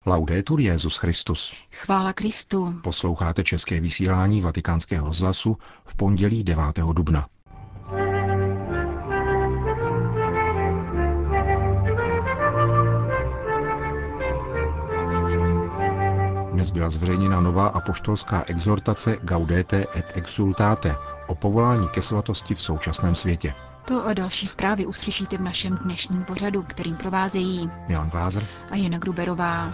Laudetur Jesus Christus. Chvála Kristu. Posloucháte české vysílání Vatikánského rozhlasu v pondělí 9. dubna. Dnes byla zveřejněna nová apoštolská exhortace Gaudete et exsultate o povolání ke svatosti v současném světě. To a další zprávy uslyšíte v našem dnešním pořadu, kterým provázejí Milan Glázer a Jana Gruberová.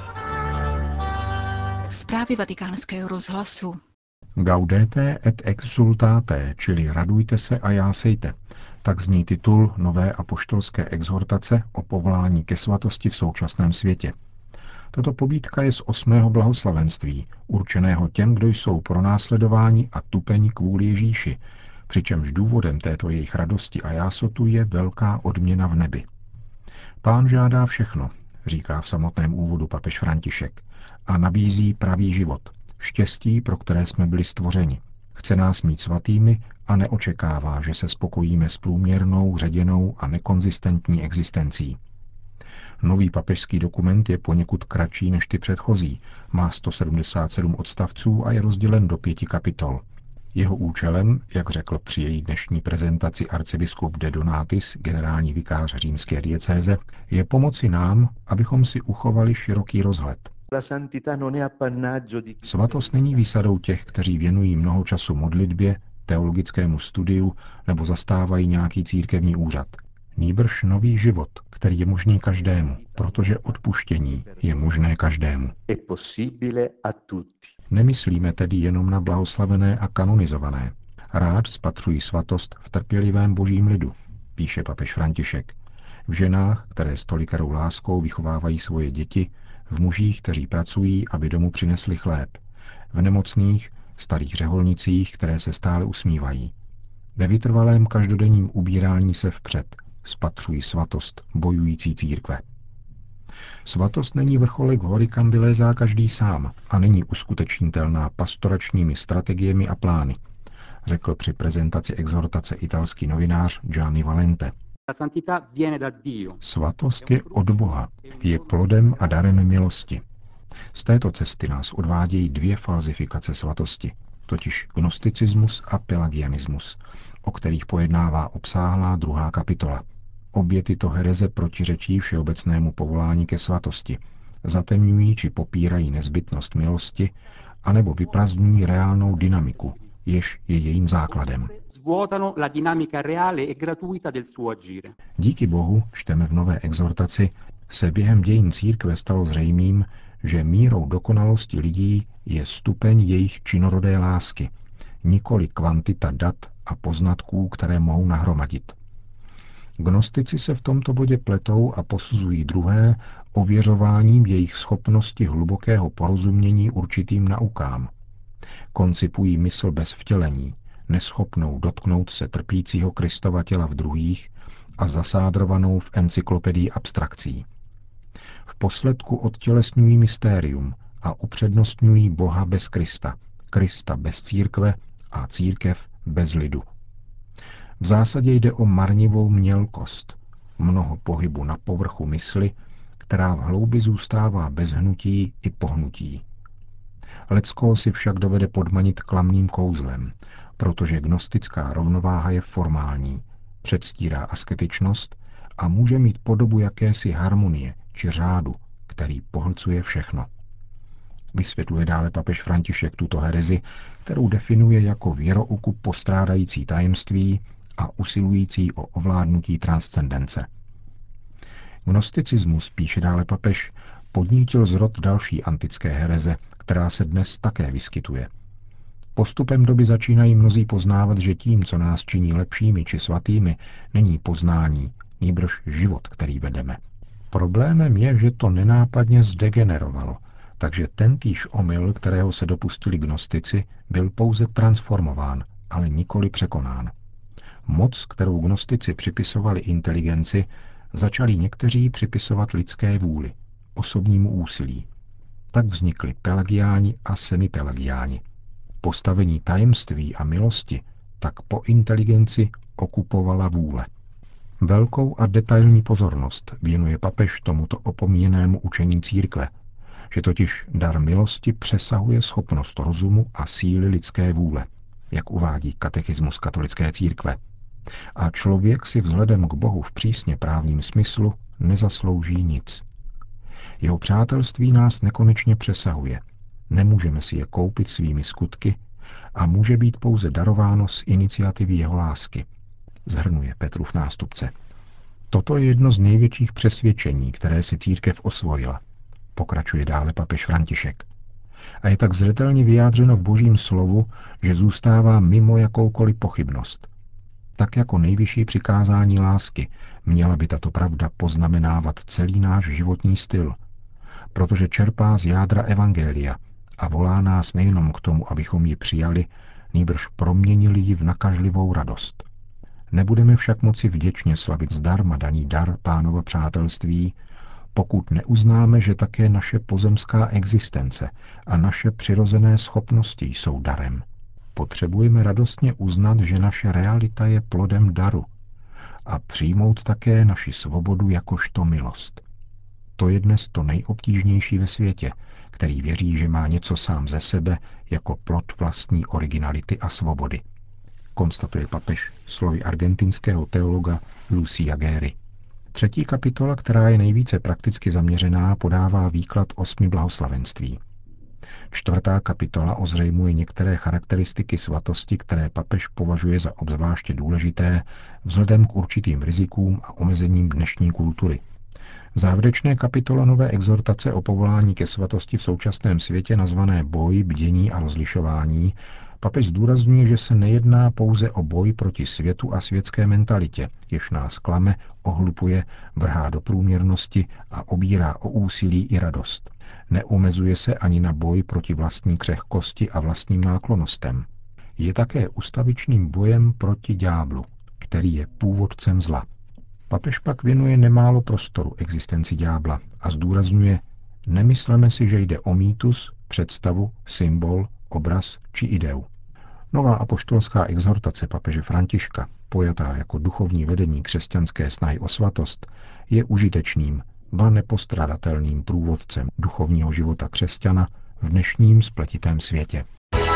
Zprávy Vatikánského rozhlasu. Gaudete et exsultate, čili radujte se a jásejte. Tak zní titul nové apoštolské exhortace o povolání ke svatosti v současném světě. Tato pobídka je z 8. blahoslavenství, určeného těm, kdo jsou pronásledováni a tupeni kvůli Ježíši, přičemž důvodem této jejich radosti a jásotu je velká odměna v nebi. Pán žádá všechno, říká v samotném úvodu papež František, a nabízí pravý život, štěstí, pro které jsme byli stvořeni. Chce nás mít svatými a neočekává, že se spokojíme s průměrnou, ředěnou a nekonzistentní existencí. Nový papežský dokument je poněkud kratší než ty předchozí, má 177 odstavců a je rozdělen do 5 kapitol. Jeho účelem, jak řekl při její dnešní prezentaci arcibiskup de Donatis, generální vikář římské diecéze, je pomoci nám, abychom si uchovali široký rozhled. Svatost není výsadou těch, kteří věnují mnoho času modlitbě, teologickému studiu nebo zastávají nějaký církevní úřad. Nýbrž nový život, který je možný každému, protože odpuštění je možné každému. Nemyslíme tedy jenom na blahoslavené a kanonizované. Rád spatřují svatost v trpělivém božím lidu, píše papež František. V ženách, které s tolikarou láskou vychovávají svoje děti, v mužích, kteří pracují, aby domů přinesli chléb, v nemocných, starých řeholnicích, které se stále usmívají. Ve vytrvalém každodenním ubírání se vpřed spatřují svatost bojující církve. Svatost není vrcholek hory, kam vylézá každý sám a není uskutečnitelná pastoračními strategiemi a plány, řekl při prezentaci exhortace italský novinář Gianni Valente. Svatost je od Boha, je plodem a darem milosti. Z této cesty nás odvádějí 2 falzifikace svatosti, totiž gnosticismus a pelagianismus, o kterých pojednává obsáhlá 2. kapitola. Obě tyto hereze protiřečí všeobecnému povolání ke svatosti, zatemňují či popírají nezbytnost milosti, anebo vyprazdňují reálnou dynamiku, jež je jejím základem. Díky Bohu, čteme v nové exhortaci, se během dějin církve stalo zřejmým, že mírou dokonalosti lidí je stupeň jejich činorodé lásky, nikoli kvantita dat a poznatků, které mohou nahromadit. Gnostici se v tomto bodě pletou a posuzují druhé ověřováním jejich schopnosti hlubokého porozumění určitým naukám. Koncipují mysl bez vtělení, neschopnou dotknout se trpícího Kristova těla v druhých a zasádrovanou v encyklopedii abstrakcí. V posledku odtělesňují mystérium a upřednostňují Boha bez Krista, Krista bez církve a církev bez lidu. V zásadě jde o marnivou mělkost, mnoho pohybu na povrchu mysli, která v hloubi zůstává bez hnutí i pohnutí. Leckoho si však dovede podmanit klamným kouzlem, protože gnostická rovnováha je formální, předstírá asketičnost a může mít podobu jakési harmonie či řádu, který pohlcuje všechno. Vysvětluje dále papež František tuto herezi, kterou definuje jako věrouku postrádající tajemství a usilující o ovládnutí transcendence. Gnosticismus, píše dále papež, podnítil zrod další antické hereze, která se dnes také vyskytuje. Postupem doby začínají mnozí poznávat, že tím, co nás činí lepšími či svatými, není poznání, nýbrž život, který vedeme. Problémem je, že to nenápadně zdegenerovalo, takže tentýž omyl, kterého se dopustili gnostici, byl pouze transformován, ale nikoli překonán. Moc, kterou gnostici připisovali inteligenci, začali někteří připisovat lidské vůli, osobnímu úsilí. Tak vznikli pelagiáni a semipelagiáni. Postavení tajemství a milosti tak po inteligenci okupovala vůle. Velkou a detailní pozornost věnuje papež tomuto opomíjenému učení církve, že totiž dar milosti přesahuje schopnost rozumu a síly lidské vůle, jak uvádí katechismus katolické církve. A člověk si vzhledem k Bohu v přísně právním smyslu nezaslouží nic. Jeho přátelství nás nekonečně přesahuje. Nemůžeme si je koupit svými skutky a může být pouze darováno z iniciativy jeho lásky, shrnuje Petrův nástupce. Toto je jedno z největších přesvědčení, které si církev osvojila, pokračuje dále papež František. A je tak zřetelně vyjádřeno v Božím slovu, že zůstává mimo jakoukoliv pochybnost. Tak jako nejvyšší přikázání lásky měla by tato pravda poznamenávat celý náš životní styl, protože čerpá z jádra evangelia a volá nás nejenom k tomu, abychom ji přijali, nýbrž proměnili ji v nakažlivou radost. Nebudeme však moci vděčně slavit zdarma daný dar Pánova přátelství, pokud neuznáme, že také naše pozemská existence a naše přirozené schopnosti jsou darem. Potřebujeme radostně uznat, že naše realita je plodem daru a přijmout také naši svobodu jakožto milost. To je dnes to nejobtížnější ve světě, který věří, že má něco sám ze sebe jako plod vlastní originality a svobody, konstatuje papež slovy argentinského teologa Lucia Guerry. 3. kapitola, která je nejvíce prakticky zaměřená, podává výklad 8 blahoslavenství. 4. kapitola ozřejmuje některé charakteristiky svatosti, které papež považuje za obzvláště důležité vzhledem k určitým rizikům a omezením dnešní kultury. V závěrečné kapitole nové exhortace o povolání ke svatosti v současném světě nazvané Boj, bdění a rozlišování papež zdůrazňuje, že se nejedná pouze o boj proti světu a světské mentalitě, jež nás klame, ohlupuje, vrhá do průměrnosti a obírá o úsilí i radost. Neomezuje se ani na boj proti vlastní křehkosti a vlastním náklonostem. Je také ustavičným bojem proti ďáblu, který je původcem zla. Papež pak věnuje nemálo prostoru existenci ďábla a zdůrazňuje, nemysleme si, že jde o mýtus, představu, symbol, obraz či ideu. Nová apoštolská exhortace papeže Františka, pojatá jako duchovní vedení křesťanské snahy o svatost, je užitečným, ba nepostradatelným průvodcem duchovního života křesťana v dnešním spletitém světě.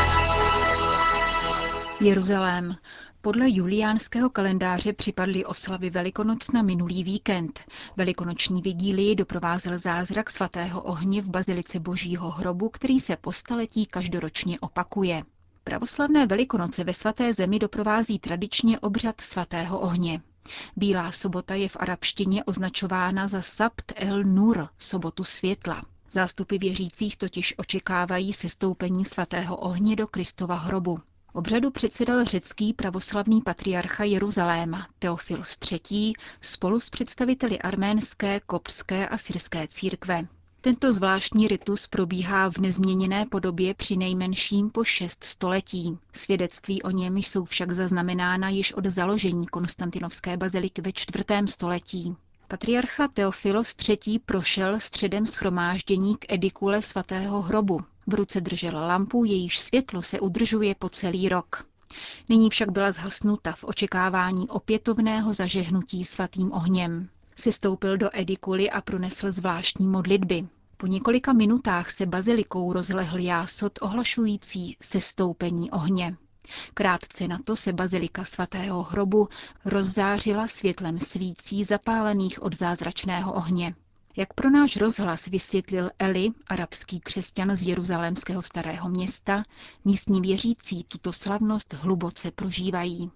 Jeruzalém. Podle juliánského kalendáře připadly oslavy Velikonoc na minulý víkend. Velikonoční vigílii doprovázel zázrak svatého ohně v bazilice Božího hrobu, který se po staletí každoročně opakuje. Pravoslavné Velikonoce ve svaté zemi doprovází tradičně obřad svatého ohně. Bílá sobota je v arabštině označována za Sabt el-Nur, sobotu světla. Zástupy věřících totiž očekávají sestoupení svatého ohně do Kristova hrobu. Obřadu předsedal řecký pravoslavný patriarcha Jeruzaléma Teofilus III. Spolu s představiteli arménské, koptské a syrské církve. Tento zvláštní ritus probíhá v nezměněné podobě přinejmenším po 6 století. Svědectví o něm jsou však zaznamenána již od založení Konstantinovské baziliky ve 4. století. Patriarcha Teofilos III. Prošel středem shromáždění k edikule svatého hrobu. V ruce držel lampu, jejíž světlo se udržuje po celý rok. Nyní však byla zhasnuta v očekávání opětovného zažehnutí svatým ohněm. Sestoupil do edikuly a pronesl zvláštní modlitby. Po několika minutách se bazilikou rozlehl jásot ohlašující sestoupení ohně. Krátce na to se bazilika svatého hrobu rozzářila světlem svící zapálených od zázračného ohně. Jak pro náš rozhlas vysvětlil Eli, arabský křesťan z jeruzalémského starého města, místní věřící tuto slavnost hluboce prožívají.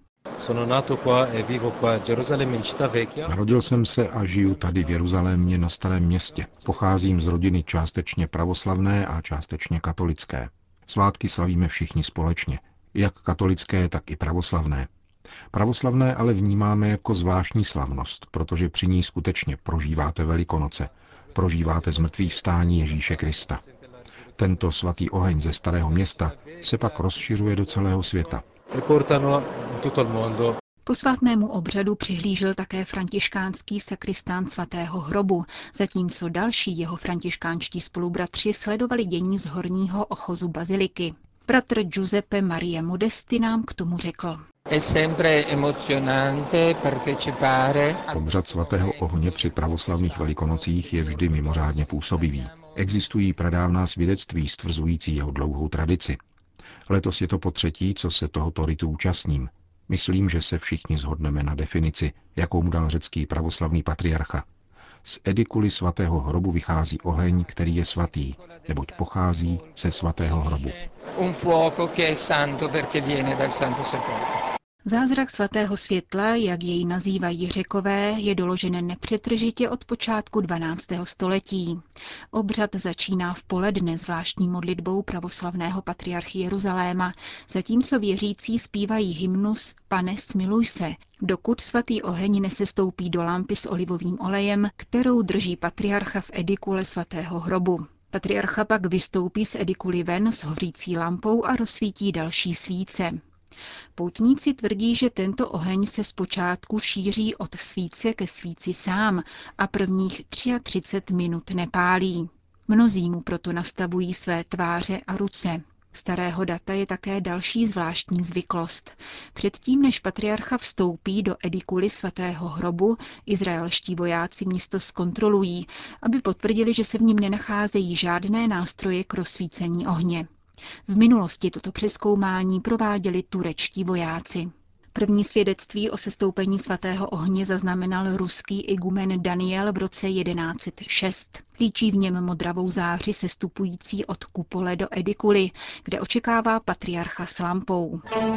Narodil jsem se a žiju tady v Jeruzalémě na Starém městě. Pocházím z rodiny částečně pravoslavné a částečně katolické. Svátky slavíme všichni společně, jak katolické, tak i pravoslavné. Pravoslavné ale vnímáme jako zvláštní slavnost, protože při ní skutečně prožíváte Velikonoce, prožíváte zmrtvýchvstání Ježíše Krista. Tento svatý oheň ze Starého města se pak rozšiřuje do celého světa. Posvátnému obřadu přihlížel také františkánský sakristán svatého hrobu, zatímco další jeho františkánští spolubratři sledovali dění z horního ochozu baziliky. Bratr Giuseppe Maria Modesti nám k tomu řekl. Obřad svatého ohně při pravoslavných velikonocích je vždy mimořádně působivý. Existují pradávná svědectví stvrzující jeho dlouhou tradici. Letos je to potřetí, co se tohoto ritu účastním. Myslím, že se všichni shodneme na definici, jakou mu dal řecký pravoslavný patriarcha. Z edikuly svatého hrobu vychází oheň, který je svatý, neboť pochází ze svatého hrobu. Zázrak svatého světla, jak jej nazývají Řekové, je doložen nepřetržitě od počátku 12. století. Obřad začíná v poledne zvláštní modlitbou pravoslavného patriarchy Jeruzaléma, zatímco věřící zpívají hymnus Pane smiluj se, dokud svatý oheň nesestoupí do lampy s olivovým olejem, kterou drží patriarcha v edikule svatého hrobu. Patriarcha pak vystoupí z edikuly ven s hořící lampou a rozsvítí další svíce. Poutníci tvrdí, že tento oheň se zpočátku šíří od svíce ke svíci sám a prvních 33 minut nepálí. Mnozí mu proto nastavují své tváře a ruce. Starého data je také další zvláštní zvyklost. Předtím, než patriarcha vstoupí do edikuly svatého hrobu, izraelští vojáci místo zkontrolují, aby potvrdili, že se v ním nenacházejí žádné nástroje k rozsvícení ohně. V minulosti toto přezkoumání prováděli turečtí vojáci. První svědectví o sestoupení svatého ohně zaznamenal ruský igumen Daniel v roce 1106. Líčí v něm modravou záři sestupující od kupole do edikuly, kde očekává patriarcha s lampou.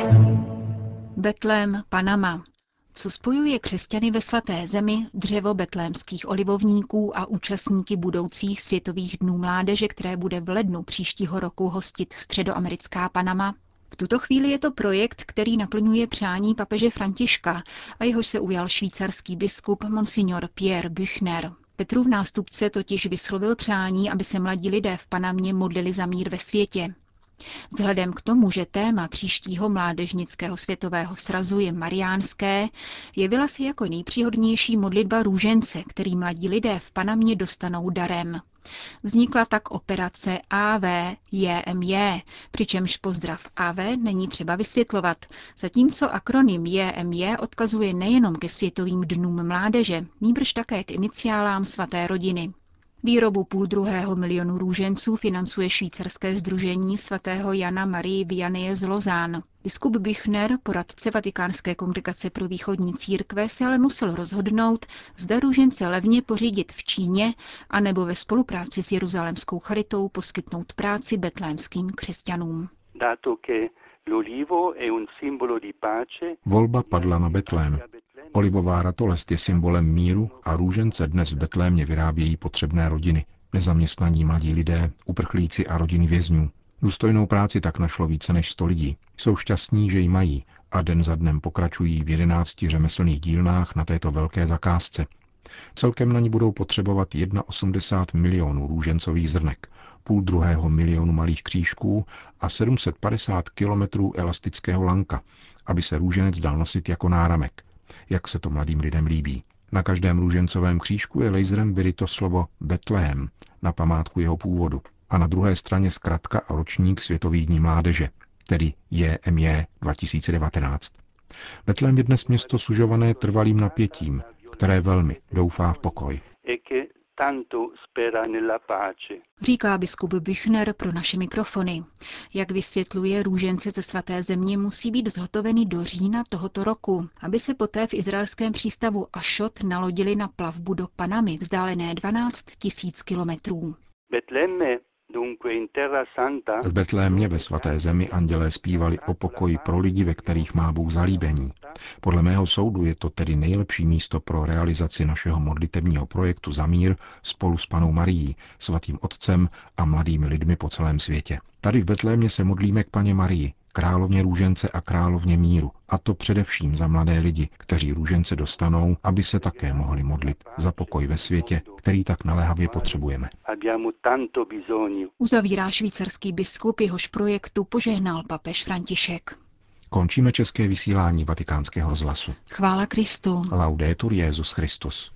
Betlém, Panama. Co spojuje křesťany ve svaté zemi, dřevo betlémských olivovníků a účastníky budoucích světových dnů mládeže, které bude v lednu příštího roku hostit středoamerická Panama? V tuto chvíli je to projekt, který naplňuje přání papeže Františka a jehož se ujal švýcarský biskup Monsignor Pierre Büchner. Petrův nástupce totiž vyslovil přání, aby se mladí lidé v Panamě modlili za mír ve světě. Vzhledem k tomu, že téma příštího mládežnického světového srazu je mariánské, jevila se jako nejpříhodnější modlitba růžence, který mladí lidé v Panamě dostanou darem. Vznikla tak operace AVJMJ, přičemž pozdrav AV není třeba vysvětlovat, zatímco akronym JMJ odkazuje nejenom ke světovým dnům mládeže, nýbrž také k iniciálám svaté rodiny. Výrobu 5,5 milionu růženců financuje švýcarské sdružení svatého Jana Marie Vianney z Lausanne. Biskup Büchner, poradce Vatikánské kongregace pro východní církve, se ale musel rozhodnout, zda růžence levně pořídit v Číně, anebo ve spolupráci s Jeruzalémskou charitou poskytnout práci betlémským křesťanům. Volba padla na Betlém. Olivová ratolest je symbolem míru a růžence dnes v Betlémě vyrábějí potřebné rodiny, nezaměstnaní mladí lidé, uprchlíci a rodiny vězňů. Důstojnou práci tak našlo více než 100 lidí. Jsou šťastní, že ji mají a den za dnem pokračují v 11 řemeslných dílnách na této velké zakázce. Celkem na ní budou potřebovat 81 milionů růžencových zrnek, 0,5 milionu malých křížků a 750 kilometrů elastického lanka, aby se růženec dal nosit jako náramek, jak se to mladým lidem líbí. Na každém růžencovém křížku je laserem vyryto slovo Betlehem na památku jeho původu a na druhé straně zkratka a ročník Světových dní mládeže, tedy JMJ 2019. Betlém je dnes město sužované trvalým napětím, které velmi doufá v pokoj. Říká biskup Büchner pro naše mikrofony. Jak vysvětluje, růžence ze svaté země musí být zhotoveny do října tohoto roku, aby se poté v izraelském přístavu Ašot nalodili na plavbu do Panamy, vzdálené 12 000 kilometrů. V Betlémě ve svaté zemi andělé zpívali o pokoji pro lidi, ve kterých má Bůh zalíbení. Podle mého soudu je to tedy nejlepší místo pro realizaci našeho modlitebního projektu za mír spolu s Pannou Marií, svatým Otcem a mladými lidmi po celém světě. Tady v Betlémě se modlíme k Panně Marii, královně růžence a královně míru, a to především za mladé lidi, kteří růžence dostanou, aby se také mohli modlit za pokoj ve světě, který tak naléhavě potřebujeme. Uzavírá švýcarský biskup, jehož projektu požehnal papež František. Končíme české vysílání Vatikánského rozhlasu. Chvála Kristu. Laudetur Jesus Christus.